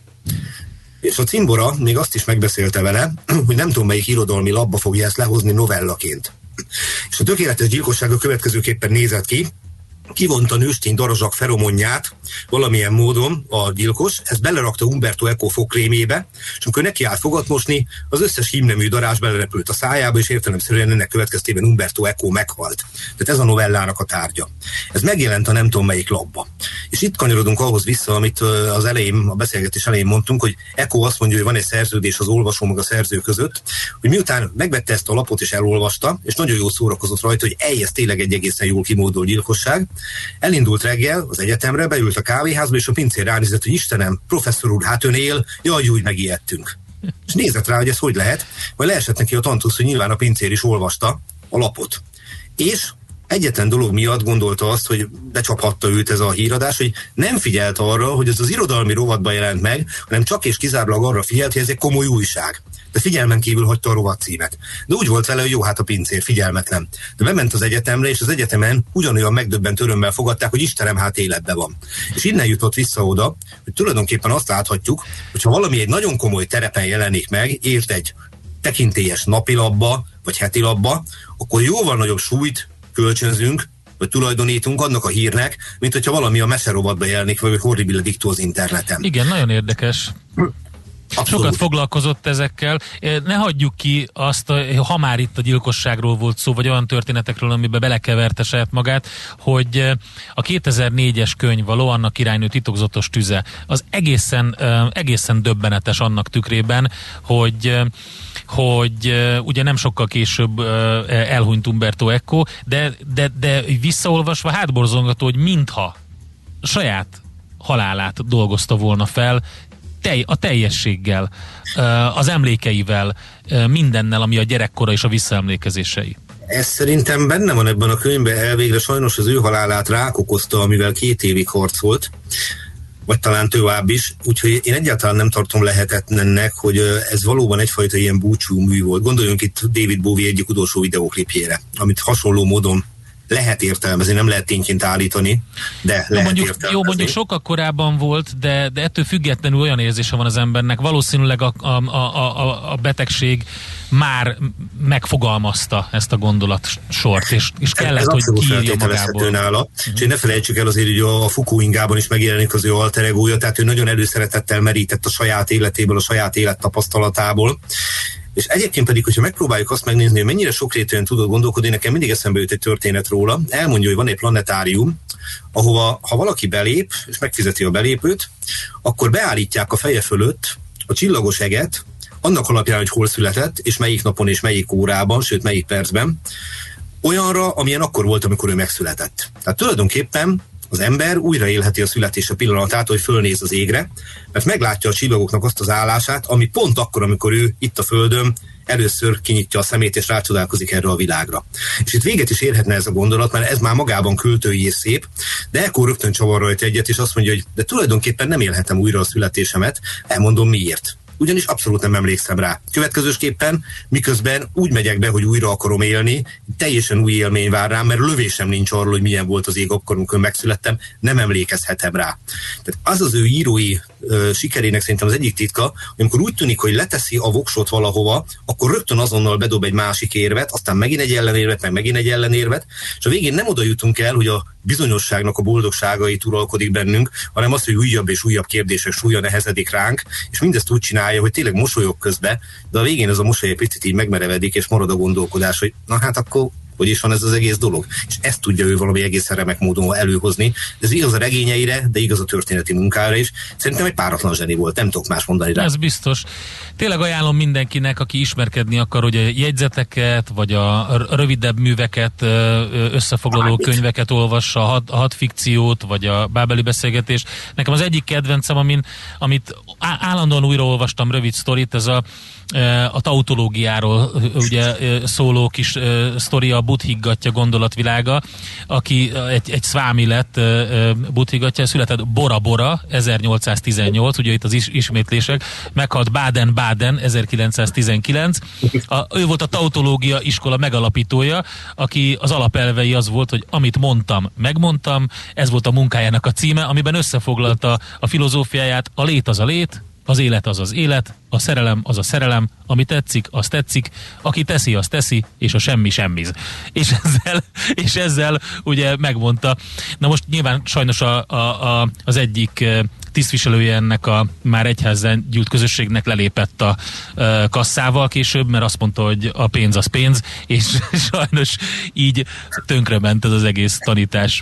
És a cimbora még azt is megbeszélte vele, hogy nem tudom, melyik irodalmi labba fogja ezt lehozni novellaként. És a tökéletes gyilkosság a következőképpen nézett ki, kivonta nőstény darazsak feromonját valamilyen módon a gyilkos, ezt belerakta Umberto Eco fogkrémjébe, és amikor neki állt fogat mosni, az összes hímnemű darázs belerepült a szájába, és értelemszerűen ennek következtében Umberto Eco meghalt. Tehát ez a novellának a tárgya. Ez megjelent a nem tudom melyik labba. És itt kanyarodunk ahhoz vissza, amit az elején, a beszélgetés elején mondtunk, hogy Eco azt mondja, hogy van egy szerződés az olvasó meg a szerző között, hogy miután megvette ezt a lapot és elolvasta, és nagyon jól szórakozott rajta, hogy eljesz tényleg egy egészen jól kimódolt gyilkosság, elindult reggel az egyetemre, beült a kávéházba, és a pincér ránézett, hogy Istenem, professzor úr, hát ön él, jaj, úgy megijedtünk. És nézett rá, hogy ez hogy lehet, majd leesett neki a tantusz, hogy nyilván a pincér is olvasta a lapot. És egyetlen dolog miatt gondolta azt, hogy becsaphatta őt ez a híradás, hogy nem figyelt arra, hogy ez az irodalmi rovatban jelent meg, hanem csak és kizárólag arra figyelt, hogy ez egy komoly újság. De figyelmen kívül hagyta a rovat címet. De úgy volt vele, hogy jó, hát a pincér, figyelmetlen. De bement az egyetemre, és az egyetemen ugyanolyan megdöbbent örömmel fogadták, hogy Istenem, hát életben van. És innen jutott vissza oda, hogy tulajdonképpen azt láthatjuk, hogyha valami egy nagyon komoly terepen jelenik meg, ért egy tekintélyes napilapba, vagy hetilapba, akkor jóval nagyobb súlyt kölcsönzünk, vagy tulajdonítunk annak a hírnek, mint hogyha valami a meserovatba jelenik, vagy horribile dictó az interneten. Igen, nagyon érdekes. Abszolút. Sokat foglalkozott ezekkel. Ne hagyjuk ki azt, ha már itt a gyilkosságról volt szó, vagy olyan történetekről, amiben belekeverte saját magát, hogy a kétezer-négyes könyv, a Loanna királynő titokzatos tüze, az egészen, egészen döbbenetes annak tükrében, hogy hogy uh, ugye nem sokkal később uh, elhunyt Umberto Eco, de, de, de visszaolvasva hátborzongató, hogy mintha saját halálát dolgozta volna fel, tej, a teljességgel, uh, az emlékeivel, uh, mindennel, ami a gyerekkora és a visszaemlékezései. Ez szerintem benne van ebben a könyvben, elvégre sajnos az ő halálát rák okozta, amivel két évig harcolt, vagy talán tovább is, úgyhogy én egyáltalán nem tartom lehetetlennek, hogy ez valóban egyfajta ilyen búcsú mű volt. Gondoljunk itt David Bowie egyik utolsó videóklipjére, amit hasonló módon lehet értelmezni, nem lehet tényként állítani, de lehet jó, mondjuk, értelmezni. Jó, mondjuk sokkal korábban volt, de, de ettől függetlenül olyan érzése van az embernek, valószínűleg a, a, a, a betegség már megfogalmazta ezt a gondolatsort, és, és kellett, ez hogy kiírja magából. Nála. Uh-huh. És én ne felejtsük el azért, hogy a Fukuingában is megjelenik az ő alter egója, tehát ő nagyon előszeretettel merített a saját életéből, a saját élettapasztalatából. És egyébként pedig, hogyha megpróbáljuk azt megnézni, hogy mennyire sokrétűen tudod gondolkodni, nekem mindig eszembe jut egy történet róla. Elmondja, hogy van egy planetárium, ahova ha valaki belép, és megfizeti a belépőt, akkor beállítják a feje fölött a csillagos eget, annak alapján, hogy hol született, és melyik napon, és melyik órában, sőt melyik percben, olyanra, amilyen akkor volt, amikor ő megszületett. Tehát tulajdonképpen az ember újra élheti a születése pillanatát, hogy fölnéz az égre, mert meglátja a csillagoknak azt az állását, ami pont akkor, amikor ő itt a Földön először kinyitja a szemét és rácsodálkozik erre a világra. És itt véget is érhetne ez a gondolat, mert ez már magában költői és szép, de ekkor rögtön csavar rajta egyet, és azt mondja, hogy de tulajdonképpen nem élhetem újra a születésemet, elmondom miért. Ugyanis abszolút nem emlékszem rá. Következősképpen, miközben úgy megyek be, hogy újra akarom élni, teljesen új élmény vár rám, mert lövésem nincs arról, hogy milyen volt az ég akkor, amikor megszülettem, nem emlékezhetem rá. Tehát az az ő írói ö, sikerének szerintem az egyik titka, hogy amikor úgy tűnik, hogy leteszi a voksot valahova, akkor rögtön azonnal bedob egy másik érvet, aztán megint egy ellenérvet, meg megint egy ellenérvet, és a végén nem oda jutunk el, hogy a bizonyosságnak a boldogságait uralkodik bennünk, hanem az, hogy újabb és újabb kérdések súlya nehezedik ránk, és mindezt úgy csinálja, hogy tényleg mosolyog közbe, de a végén ez a mosoly egy picit így megmerevedik, és marad a gondolkodás, hogy na hát akkor hogy is van ez az egész dolog. És ezt tudja ő valami egészen remek módon előhozni. Ez igaz a regényeire, de igaz a történeti munkára is. Szerintem egy páratlan zseni volt, nem tudok más mondani rá. Ez biztos. Tényleg ajánlom mindenkinek, aki ismerkedni akar, hogy a jegyzeteket, vagy a rövidebb műveket, összefoglaló könyveket olvassa, a hat fikciót, vagy a bábeli beszélgetést. Nekem az egyik kedvencem, amin, amit állandóan újraolvastam, rövid sztorit, ez a a tautológiáról ugye szóló kis sztori, a Buddhiggatja gondolatvilága, aki egy, egy szvámi lett Buddhiggatja, született Bora Bora ezernyolcszáztizennyolc, ugye itt az is, ismétlések, meghalt Baden-Baden ezerkilencszáztizenkilenc. A, ő volt a tautológia iskola megalapítója, aki az alapelvei az volt, hogy amit mondtam, megmondtam, ez volt a munkájának a címe, amiben összefoglalta a filozófiáját, a lét az a lét, az élet az az élet, a szerelem az a szerelem, ami tetszik, az tetszik, aki teszi, az teszi, és a semmi semmiz. És ezzel, és ezzel ugye megmondta. Na most nyilván sajnos a, a, a, az egyik tisztviselője ennek a már egyházzán gyűlt közösségnek lelépett a e, kasszával később, mert azt mondta, hogy a pénz az pénz, és sajnos így tönkrement ez az egész tanítás.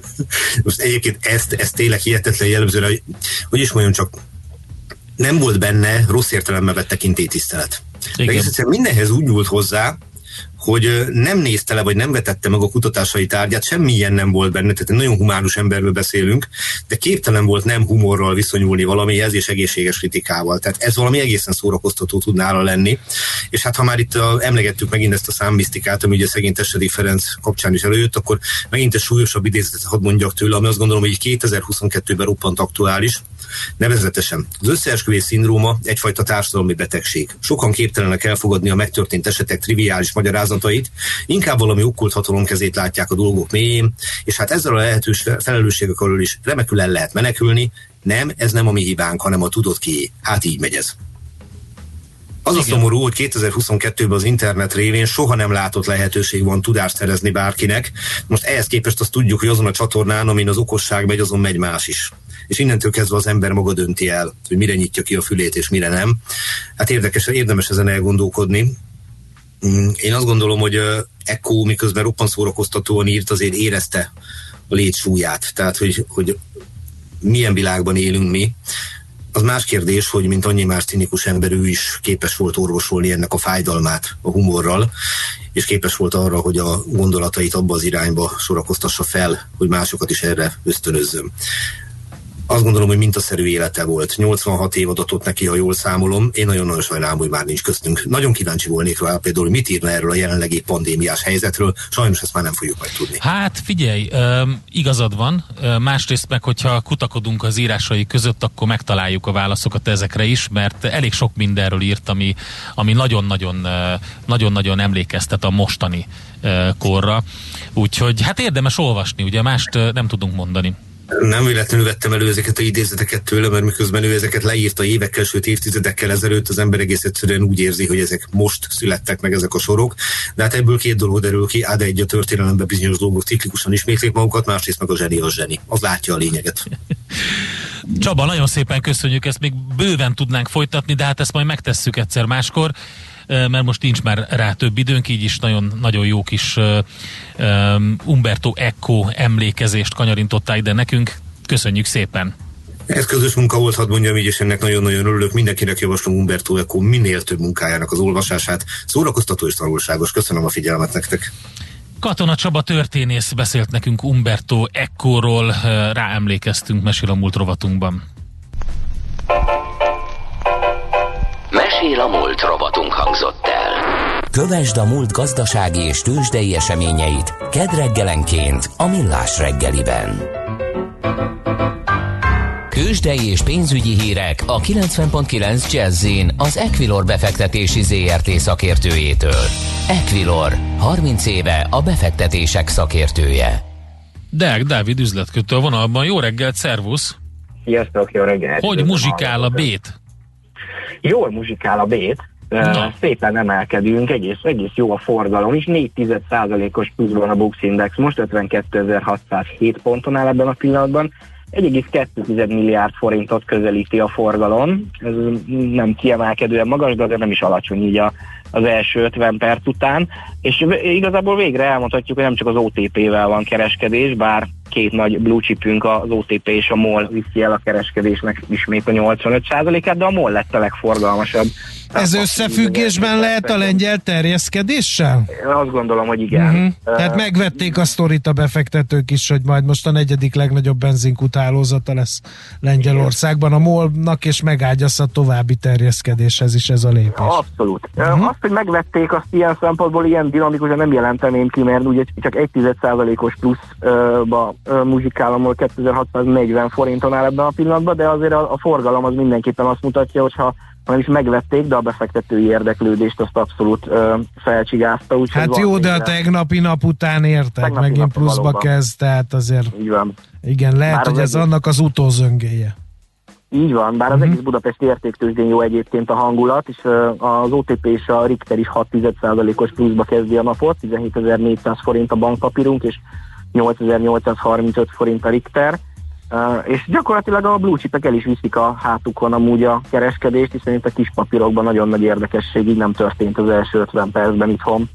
Most egyébként ezt, ezt tényleg hihetetlen jellemzőre, hogy, hogy is mondjam, csak nem volt benne rossz értelemben vett tekintélytisztelet. Egész egyszerűen mindenhez úgy nyúlt hozzá, hogy nem nézte le, vagy nem vetette meg a kutatásai tárgyát, semmi ilyen nem volt benne, tehát egy nagyon humánus emberről beszélünk, de képtelen volt nem humorral viszonyulni valamihez, és egészséges kritikával. Tehát ez valami egészen szórakoztató tud nála lenni. És hát ha már itt a, emlegettük megint ezt a számmisztikát, ami ugye szegény Testedi Ferenc kapcsán is előjött, akkor megint egy súlyosabb idézetet hadd mondjak tőle, ami azt gondolom, hogy kétezer-huszonkettőben roppant aktuális. Nevezetesen az összeesküvés szindróma egyfajta társadalmi betegség. Sokan képtelenek elfogadni a megtörtént esetek triviális magyarázatait, inkább valami okkult hatalom kezét látják a dolgok mélyén, és hát ezzel a lehetős felelősségek alól is remekül el lehet menekülni. Nem, ez nem a mi hibánk, hanem a tudott kié. Hát így megy ez. Az a szomorú, hogy kétezer-huszonkettőben az internet révén soha nem látott lehetőség van tudást szerezni bárkinek. Most ehhez képest azt tudjuk, hogy azon a csatornán, amin az okosság megy, azon megy más is. És innentől kezdve az ember maga dönti el, hogy mire nyitja ki a fülét és mire nem. Hát érdekes, érdemes ezen elgondolkodni. Én azt gondolom, hogy Eco miközben roppant szórakoztatóan írt, azért érezte a lét súlyát. Tehát, hogy, hogy milyen világban élünk mi. Az más kérdés, hogy mint annyi más cinikus ember, ő is képes volt orvosolni ennek a fájdalmát a humorral, és képes volt arra, hogy a gondolatait abba az irányba sorakoztassa fel, hogy másokat is erre ösztönözzön. Azt gondolom, hogy mintaszerű élete volt. nyolcvanhat év adatot neki, ha jól számolom. Én nagyon-nagyon sajnálom, hogy már nincs köztünk. Nagyon kíváncsi volnék rá például, hogy mit írna erről a jelenlegi pandémiás helyzetről. Sajnos ezt már nem fogjuk majd tudni. Hát figyelj, igazad van. Másrészt meg, hogyha kutakodunk az írásai között, akkor megtaláljuk a válaszokat ezekre is, mert elég sok mindenről írt, ami, ami nagyon-nagyon, nagyon-nagyon emlékeztet a mostani korra. Úgyhogy hát érdemes olvasni, ugye mást nem tudunk mondani. Nem véletlenül vettem elő ezeket a idézeteket tőle, mert miközben ő ezeket leírta évekkel, sőt évtizedekkel ezelőtt, az ember egész egyszerűen úgy érzi, hogy ezek most születtek meg ezek a sorok. De hát ebből két dolog derül ki, á, de egy a történelemben bizonyos dolgok ciklikusan ismétlik magukat, másrészt meg a zseni a zseni. Az látja a lényeget. Csaba, nagyon szépen köszönjük, ezt még bőven tudnánk folytatni, de hát ezt majd megtesszük egyszer máskor, mert most nincs már rá több időnk, így is nagyon, nagyon jó kis um, Umberto Eco emlékezést kanyarintottál ide nekünk. Köszönjük szépen! Ez közös munka volt, hadd mondjam így, és ennek nagyon-nagyon örülök. Mindenkinek javaslom Umberto Eco minél több munkájának az olvasását. Szórakoztató és tanulságos. Köszönöm a figyelmet nektek! Katona Csaba történész beszélt nekünk Umberto Ecoról, ráemlékeztünk Mesél a múlt rovatunkban. Mesél a múlt robotunk hangzott el. Kövesd a múlt gazdasági és tőzsdei eseményeit kedd reggelenként a Millás reggeliben. Tőzsdei és pénzügyi hírek a kilencven pont kilenc Jazz-in az Equilor befektetési zé er té szakértőjétől. Equilor, harminc éve a befektetések szakértője. Deák Dávid üzletkötő a vonalban. Jó reggelt, szervusz! Sziasztok, jó reggelt! Hogy muzsikál a bét? Jól muzsikál a bét. Uh, szépen emelkedünk, egész, egész jó a forgalom is, négy egész egy százalékos pluszban a Bux Index, most ötvenkétezer-hatszázhét ponton áll ebben a pillanatban, egy egész kettő milliárd forintot közelíti a forgalom, ez nem kiemelkedően magas, de azért nem is alacsony így a, az első ötven perc után, és igazából végre elmondhatjuk, hogy nem csak az o té pé-vel van kereskedés, bár két nagy blue chipünk, az o té pé és a MOL viszi el a kereskedésnek ismét a nyolcvanöt százalékát, de a MOL lett a legforgalmasabb. Ez összefüggésben lehet a lengyel terjeszkedéssel? Azt gondolom, hogy igen. Uh-huh. Tehát megvették a sztorit a befektetők is, hogy majd most a negyedik legnagyobb benzinkutálózata lesz Lengyelországban a MOL-nak, és megágyazza további terjeszkedéshez is ez a lépés. Abszolút. Uh-huh. Azt, hogy megvették, azt ilyen szempontból ilyen dinamikusan nem jelenteném ki, mert ugye csak egy egész egy százalékos pluszba uh, muzsikálom, ahol kétezer-hatszáznegyven forinton áll ebben a pillanatban, de azért a, a forgalom az mindenképpen azt mutatja, hogyha hanem is megvették, de a befektetői érdeklődést azt abszolút ö, felcsigázta. Úgy, hát jó, de a tegnapi nap után értek, tegnapi megint pluszba valóban kezd, tehát azért így van. Igen, lehet, bár hogy ez egész... annak az utózöngéje. Így van, bár uh-huh. az egész Budapesti értéktőzsdén jó egyébként a hangulat, és ö, az o té pé és a Richter is hat egész egy százalékos pluszba kezdi a napot, tizenhétezer-négyszáz forint a bankpapírunk, és nyolcezer-nyolcszázharmincöt forint a Richter. Uh, és gyakorlatilag a blue chipek el is viszik a hátukon amúgy a kereskedést, hiszen itt a kis papírokban nagyon nagy érdekesség így nem történt az első ötven percben itthon.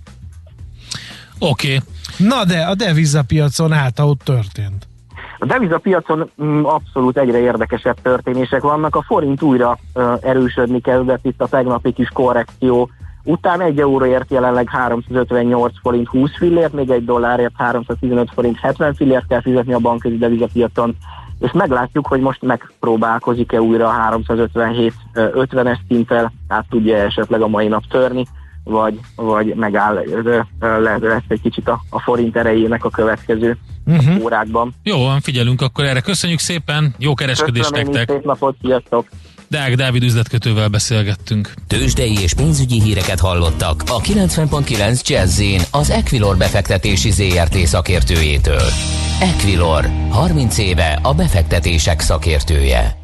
Oké. Okay. Na de a devizapiacon hát ott történt. A devizapiacon mm, abszolút egyre érdekesebb történések vannak. A forint újra uh, erősödni kezdett itt a tegnapi kis korrekció után. Egy euróért jelenleg háromszázötvennyolc forint húsz fillért, még egy dollárért háromszáztizenöt forint hetven fillért kell fizetni a bankközi devizapiacon, és meglátjuk, hogy most megpróbálkozik-e újra a háromszázötvenhét ötvenes szinttel, át tudja esetleg a mai nap törni, vagy, vagy megáll, le, lesz egy kicsit a, a forint erejének a következő uh-huh. órákban. Jó, figyelünk akkor erre. Köszönjük szépen, jó kereskedést nektek! Szép napot, sziasztok! Deák Dávid üzletkötővel beszélgettünk. Tőzsdei és pénzügyi híreket hallottak a kilencven pont kilenc Jazz-in az Equilor befektetési zé er té szakértőjétől. Equilor, harminc éve a befektetések szakértője.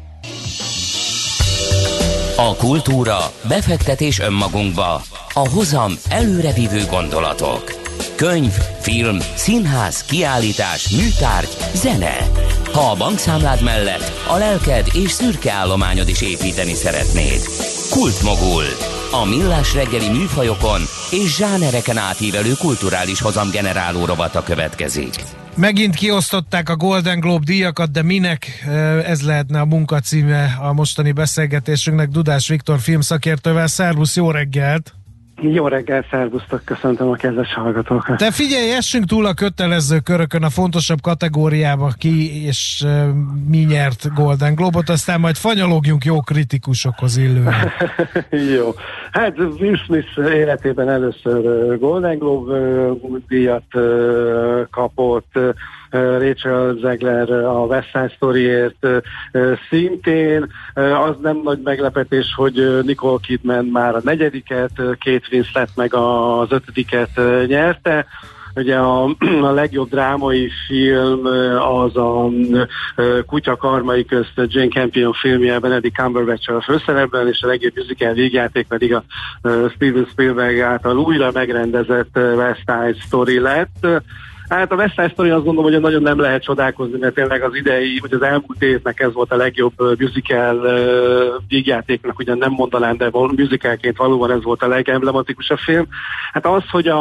A kultúra, befektetés önmagunkba, a hozam előrevívő gondolatok. Könyv, film, színház, kiállítás, műtárgy, zene. Ha a bankszámlád mellett a lelked és szürke állományod is építeni szeretnéd. Kultmogul. A millás reggeli műfajokon és zsánereken átívelő kulturális hozamgeneráló rovata következik. Megint kiosztották a Golden Globe díjakat, de minek? Ez lehetne a munkacíme a mostani beszélgetésünknek Dudás Viktor filmszakértővel. Szervusz, jó reggelt! Jó reggel, szervusztok, köszöntöm a kedves hallgatókat. Te figyelj, essünk túl a kötelező körökön, a fontosabb kategóriába ki, és uh, mi nyert Golden Globot, aztán majd fanyalogjunk jó kritikusokhoz illően. Jó. Hát Will Smith életében először Golden Globe uh, díjat uh, kapott, uh, Rachel Zegler a West Side Storyért szintén. Az nem nagy meglepetés, hogy Nicole Kidman már a negyediket, Kate Winslet meg az ötödiket nyerte. Ugye a, a legjobb drámai film az a Kutya karmai közt Jane Campion filmje Benedict Cumberbatch a főszerepben, és a legjobb musical végjáték pedig a Steven Spielberg által újra megrendezett West Side Story lett. Hát a West Side Story azt gondolom, hogy nagyon nem lehet csodálkozni, mert tényleg az idei, vagy az elmúlt évnek ez volt a legjobb musical uh, vígjátéknak, ugyan nem mondanám, de musicalként valóban ez volt a legemblematikusabb film. Hát az, hogy a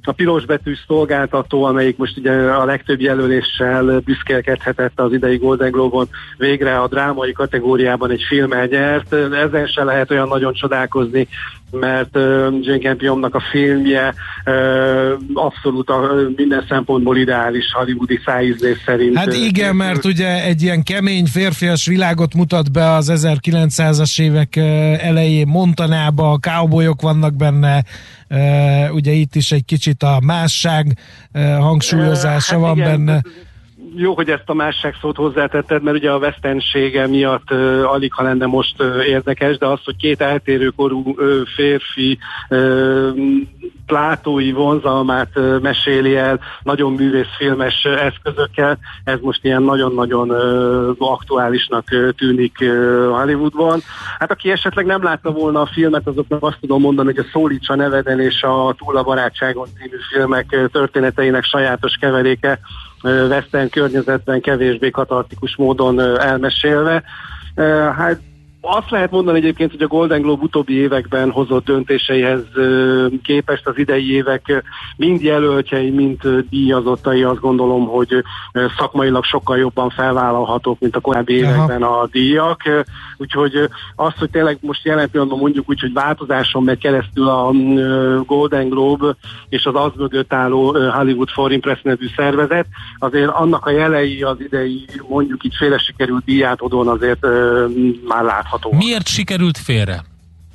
a pirosbetűs szolgáltató, amelyik most ugye a legtöbb jelöléssel büszkélkedhetett az idei Golden Globe-on, végre a drámai kategóriában egy filmmel nyert. Ezen se lehet olyan nagyon csodálkozni, mert uh, Jane Campionnak a filmje uh, abszolút a, minden szempontból ideális hollywoodi szájízlés szerint. Hát igen, mert ugye egy ilyen kemény férfias világot mutat be az ezerkilencszázas évek elején Montanába, cowboyok vannak benne, uh, ugye itt is egy kicsit a másság uh, hangsúlyozása uh, hát van igen, benne. Jó, hogy ezt a másság szót hozzátetted, mert ugye a westernsége miatt uh, alig, ha lenne most uh, érdekes, de az, hogy két eltérő korú uh, férfi uh, plátói vonzalmát uh, meséli el, nagyon művészfilmes uh, eszközökkel, ez most ilyen nagyon-nagyon uh, aktuálisnak uh, tűnik uh, Hollywoodban. Hát aki esetleg nem látta volna a filmet, azoknak azt tudom mondani, hogy a Szólíts a neveden és a Túl a barátságon című filmek uh, történeteinek sajátos keveréke western környezetben kevésbé katartikus módon elmesélve. Hát azt lehet mondani egyébként, hogy a Golden Globe utóbbi években hozott döntéseihez képest az idei évek mind jelöltjei, mind díjazottai, azt gondolom, hogy szakmailag sokkal jobban felvállalhatók, mint a korábbi években a díjak. Úgyhogy azt, hogy tényleg most jelen pillanatban mondjuk úgy, hogy változáson megy keresztül a Golden Globe és az az mögött álló Hollywood Foreign Press nevű szervezet, azért annak a jelei az idei, mondjuk itt félre sikerült díjátadón azért már látható. Miért sikerült félre?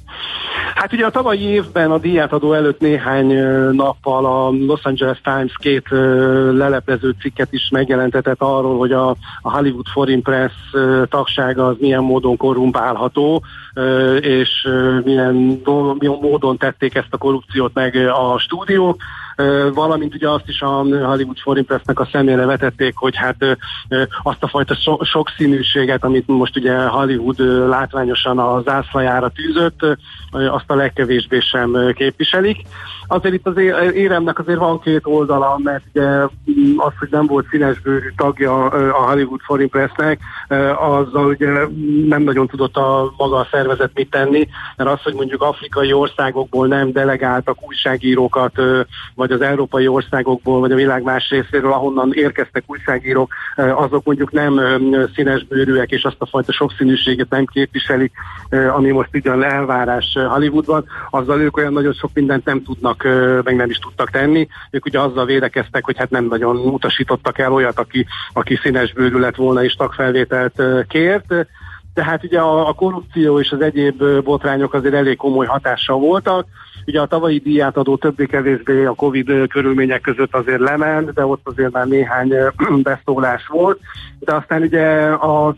Hát ugye a tavalyi évben a díjátadó előtt néhány nappal a Los Angeles Times két leleplező cikket is megjelentetett arról, hogy a, a Hollywood Foreign Press tagsága az milyen módon korrumpálható, és milyen, milyen módon tették ezt a korrupciót meg a stúdiók. Valamint ugye azt is a Hollywood Foreign Pressnek a szemére vetették, hogy hát azt a fajta so- sokszínűséget, amit most ugye Hollywood látványosan a zászlajára tűzött, azt a legkevésbé sem képviselik. Azért itt az éremnek azért van két oldala, mert ugye az, hogy nem volt színesbőrű tagja a Hollywood Foreign Pressnek, azzal ugye nem nagyon tudott a maga a szervezet mit tenni, mert az, hogy mondjuk afrikai országokból nem delegáltak újságírókat, vagy az európai országokból, vagy a világ más részéről, ahonnan érkeztek újságírók, azok mondjuk nem színesbőrűek, és azt a fajta sokszínűséget nem képviselik, ami most ugyan elvárás Hollywoodban, azzal ők olyan nagyon sok mindent nem tudnak, meg nem is tudtak tenni. Ők ugye azzal védekeztek, hogy hát nem nagyon utasítottak el olyat, aki, aki színesbőrű lett volna és tagfelvételt kért. Tehát ugye a, a korrupció és az egyéb botrányok azért elég komoly hatással voltak. Ugye a tavalyi díjátadó többé-kevésbé a Covid körülmények között azért lement, de ott azért már néhány beszólás volt. De aztán ugye a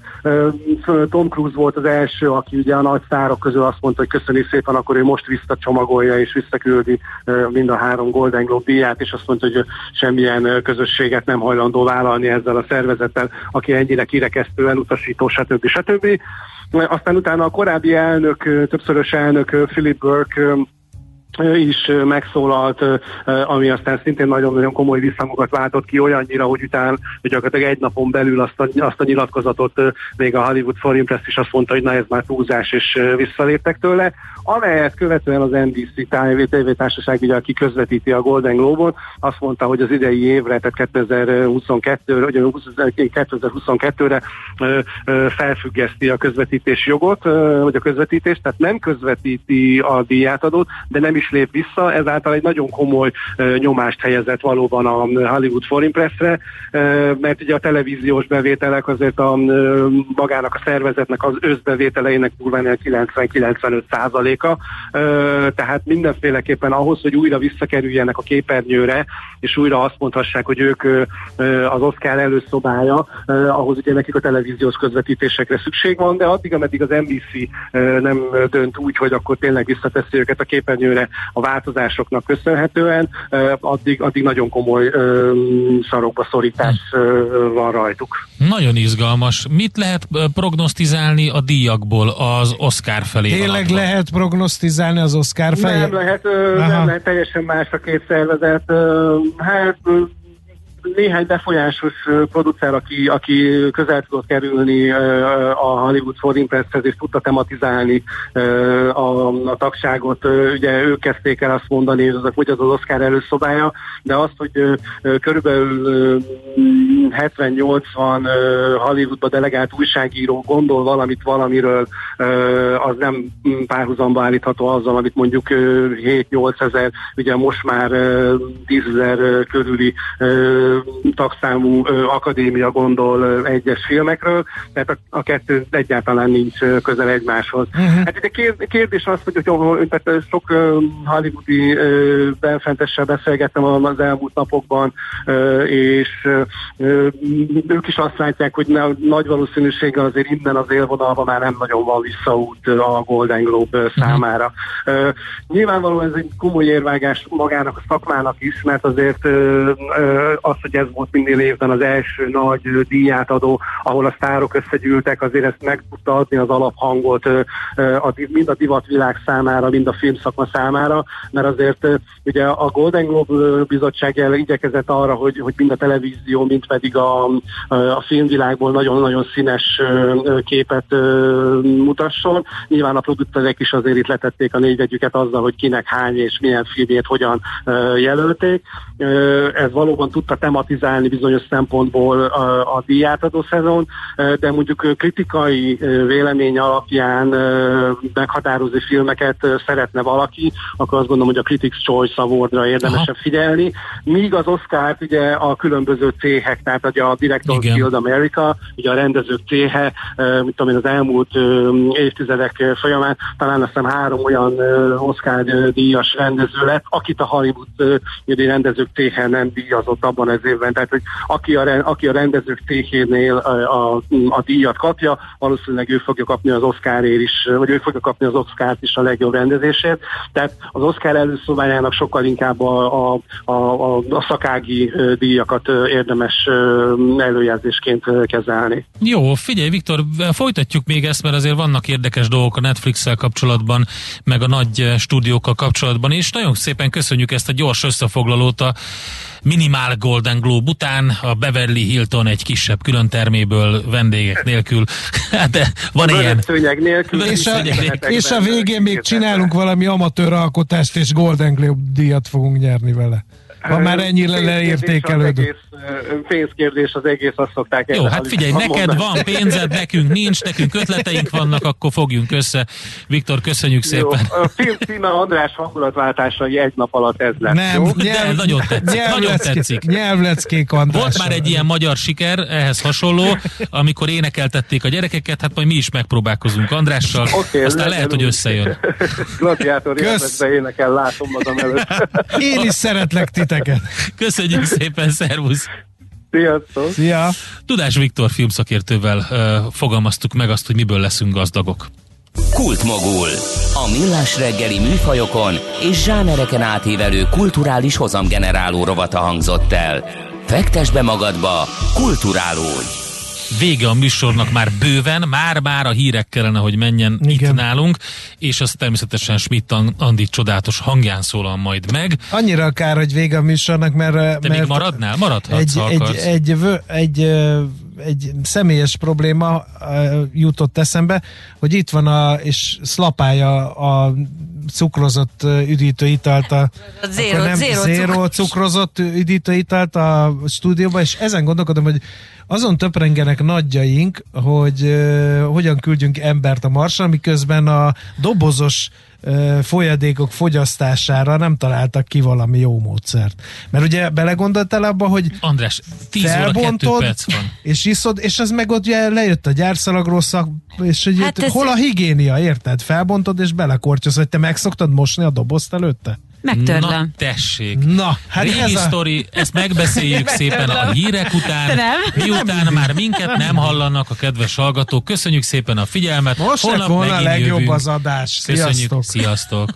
Tom Cruise volt az első, aki ugye a nagy sztárok közül azt mondta, hogy köszönjük szépen, akkor ő most visszacsomagolja és visszaküldi mind a három Golden Globe díját, és azt mondta, hogy semmilyen közösséget nem hajlandó vállalni ezzel a szervezettel, aki ennyire kirekesztő, elutasító, stb. stb. Aztán utána a korábbi elnök, többszörös elnök Philip Burke is megszólalt, ami aztán szintén nagyon-nagyon komoly visszhangokat váltott ki, olyannyira, hogy utána hogy gyakorlatilag egy napon belül azt a, azt a nyilatkozatot még a Hollywood Foreign Press is azt mondta, hogy na ez már túlzás, és visszaléptek tőle. Amelyet követően az en bé cé tévétársaság, ugye, aki közvetíti a Golden Globe-on, azt mondta, hogy az idei évre, tehát kétezer-huszonkettőre, kétezer-huszonkettőre felfüggeszti a közvetítési jogot, vagy a közvetítést, tehát nem közvetíti a díjátadót, de nem is lép vissza, ezáltal egy nagyon komoly nyomást helyezett valóban a Hollywood Foreign Pressre, mert ugye a televíziós bevételek azért a magának a szervezetnek az összbevételeinek durván kilencven-kilencvenöt százaléka, tehát mindenféleképpen ahhoz, hogy újra visszakerüljenek a képernyőre, és újra azt mondhassák, hogy ők az Oscar előszobája, ahhoz ugye nekik a televíziós közvetítésekre szükség van, de addig, ameddig az en bé cé nem dönt úgy, hogy akkor tényleg visszateszi őket a képernyőre a változásoknak köszönhetően, addig, addig nagyon komoly sarokba szorítás van rajtuk. Nagyon izgalmas. Mit lehet prognosztizálni a díjakból az Oscar felé? Tényleg alapban lehet prognosztizálni az Oscar felé? Nem lehet, nem lehet, teljesen más a két szervezet. Hát néhány befolyásos producer, aki, aki közel tudott kerülni a Hollywood Foreign Presshez, és tudta tematizálni a, a tagságot. Ugye ők kezdték el azt mondani, hogy az az Oscar előszobája, de azt, hogy körülbelül hetven-nyolcvan Hollywoodba delegált újságíró gondol valamit valamiről, az nem párhuzamba állítható azzal, amit mondjuk hét-nyolc ezer, ugye most már tízezer körüli tagszámú akadémia gondol egyes filmekről, tehát a, a kettő egyáltalán nincs közel egymáshoz. Uh-huh. Hát ugye kérdés az, hogy, hogy tehát sok hollywoodi benfentessel beszélgettem az elmúlt napokban, és ők is azt látják, hogy nagy valószínűséggel azért innen az élvonalban már nem nagyon van visszaút a Golden Globe uh-huh. számára. Nyilvánvalóan ez egy komoly érvágás magának a szakmának is, mert azért az, hogy ez volt minden évben az első nagy díjátadó, ahol a sztárok összegyűltek, azért ezt meg tudta adni az alaphangot mind a divatvilág számára, mind a filmszakma számára, mert azért ugye a Golden Globe bizottság igyekezett arra, hogy, hogy mind a televízió, mind pedig a, a filmvilágból nagyon-nagyon színes képet mutasson. Nyilván a producerek is azért itt letették a négyvegyüket azzal, hogy kinek hány és milyen filmjét hogyan jelölték. Ez valóban tudta tematizálni bizonyos szempontból a, a díjátadó szezon, de mondjuk kritikai vélemény alapján meghatározó filmeket szeretne valaki, akkor azt gondolom, hogy a Critics' Choice Awardra érdemesebb figyelni. Míg az Oscart ugye a különböző céhek, tehát ugye a Directors Guild America, ugye a rendezők céhe, mit tudom én, az elmúlt évtizedek folyamán talán azt hiszem három olyan Oscar díjas rendező lett, akit a Hollywood rendezők céhe nem díjazott abban az évben. Tehát, hogy aki a, aki a rendezők céhénél a, a, a díjat kapja, valószínűleg ő fogja kapni az Oscarért is, vagy ő fogja kapni az Oscart is a legjobb rendezésért. Tehát az Oscar előszobájának sokkal inkább a, a, a, a, a szakági díjakat érdemes előjelzésként kezelni. Jó, figyelj Viktor, folytatjuk még ezt, mert azért vannak érdekes dolgok a Netflix-szel kapcsolatban, meg a nagy stúdiókkal kapcsolatban, és nagyon szépen köszönjük ezt a gyors összefoglalót a minimál Golden Globe után, a Beverly Hilton egy kisebb külön terméből vendégek nélkül. Hát de van Vörös ilyen. Szőnyeg nélkül. És a, és a végén még csinálunk valami amatőr alkotást, és Golden Globe díjat fogunk nyerni vele. Ha már ennyire leértékelődő. Pénzkérdés az egész, azt szokták. Jó, hát figyelj, neked mondani. Van pénzed, nekünk nincs, nekünk ötleteink vannak, akkor fogjunk össze. Viktor, köszönjük szépen. Jó, a film címe András hangulatváltásai egy nap alatt ez lesz. Nem, jó? Nyelv, de nagyon tetszik. Nagyon tetszik. Nyelvleckék András. Volt már egy ilyen magyar siker, ehhez hasonló, amikor énekeltették a gyerekeket, hát majd mi is megpróbálkozunk Andrással, okay, aztán lehet, hogy összejön. Gladiátor életbe énekel, látom magam előtt. Én is szeretlek titeket. Köszönjük szépen, szervusz! Sziasztok! Szia! Tudás Viktor filmszakértővel uh, fogalmaztuk meg azt, hogy miből leszünk gazdagok. Kultmogul. A millás reggeli műfajokon és zsánereken átívelő kulturális hozamgeneráló rovata hangzott el. Fektesd be magadba, kulturálódj! Vége a műsornak már bőven, már-már a hírek kellene, hogy menjen. Igen. Itt nálunk, és az természetesen Schmidt Andi csodálatos hangján szólal majd meg. Annyira kár, hogy vége a műsornak, mert... Te mert még maradnál? Maradhatsz, egy, egy, egy, egy, egy, egy személyes probléma jutott eszembe, hogy itt van a, és szlapálja a cukrozott üdítőitalt a, a zéro, nem, zéro, zéro cukrozott üdítőitalt a stúdióban, és ezen gondolkodom, hogy azon töprengenek nagyjaink, hogy uh, hogyan küldjünk embert a Marsra, miközben a dobozos uh, folyadékok fogyasztására nem találtak ki valami jó módszert. Mert ugye belegondoltál abba, hogy András, tíz óra kettő perc van. És iszod, és az meg ott ugye lejött a gyárszalagról szak, és hogy hát hol a higiénia, érted? Felbontod és belekortyoz, hogy te meg szoktad mosni a dobozt előtte? Megtörlöm. Na, tessék. Na, hát régi ez a... sztori, ezt megbeszéljük szépen a hírek után. Miután már minket nem hallanak a kedves hallgatók. Köszönjük szépen a figyelmet. Most lett volna a legjobb jövünk. Az adás. Köszönjük. Sziasztok. Sziasztok.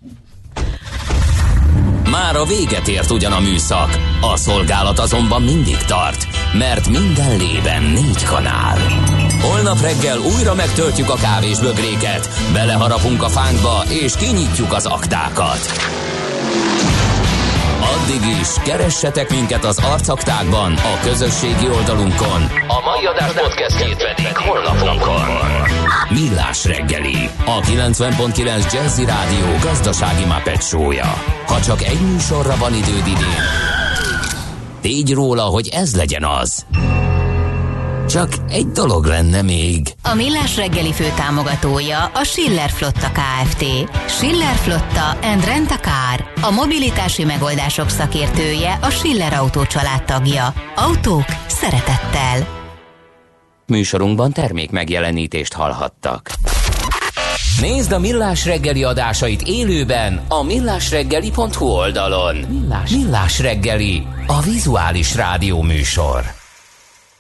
Már a véget ért ugyan a műszak. A szolgálat azonban mindig tart, mert minden lében négy kanál. Holnap reggel újra megtöltjük a kávésbögréket, beleharapunk a fánkba és kinyitjuk az aktákat. Addig is, keressetek minket az arcaktákban, a közösségi oldalunkon. A mai adás podcastjét pedig honlapunkon. Millás reggeli, a kilencven pont kilenc Jazzy Rádió gazdasági Muppet show-ja. Ha csak egy műsorra van időd idén, tégy róla, hogy ez legyen az. Csak egy dolog lenne még. A Millás reggeli fő támogatója a Schiller Flotta Kft. Schiller Flotta and Rent a Car. A mobilitási megoldások szakértője, a Schiller Autó családtagja. Autók szeretettel. Műsorunkban termék megjelenítést hallhattak. Nézd a Millás reggeli adásait élőben a millásreggeli pont hu oldalon. Millás, Millás reggeli, a vizuális rádió műsor.